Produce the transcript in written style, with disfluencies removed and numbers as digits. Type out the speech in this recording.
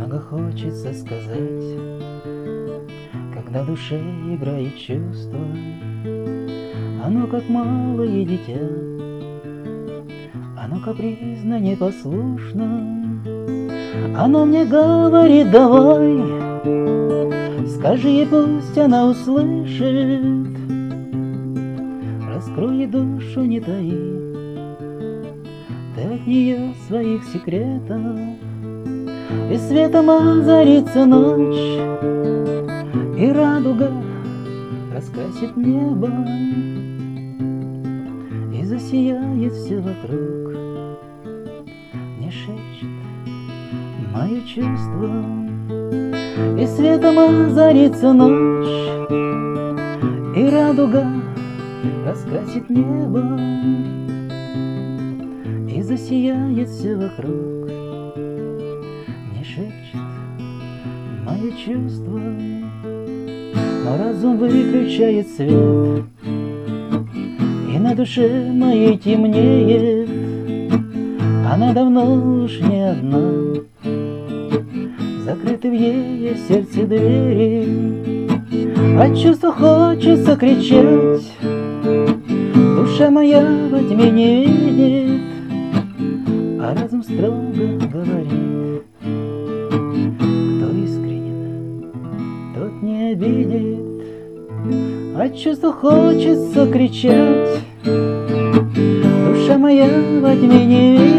Много хочется сказать, когда в душе играет чувство. Оно как малое дитя, оно капризно, непослушно. Оно мне говорит: давай, скажи ей, пусть она услышит. Раскрой душу, не таи ты от нее своих секретов. И светом озарится ночь, и радуга раскрасит небо, и засияет все вокруг. Мне шепчет мое чувство. И светом озарится ночь, и радуга раскрасит небо, и засияет все вокруг. Мне шепчет мое чувство. Но разум выключает свет, и на душе моей темнеет. Она давно уж не одна, закрыты в ее сердце двери. От чувства хочется кричать, душа моя во тьме не видит, а разум строго говорит: кто искренен, тот не обидит. От чувства хочется кричать, душа моя во тьме не видит,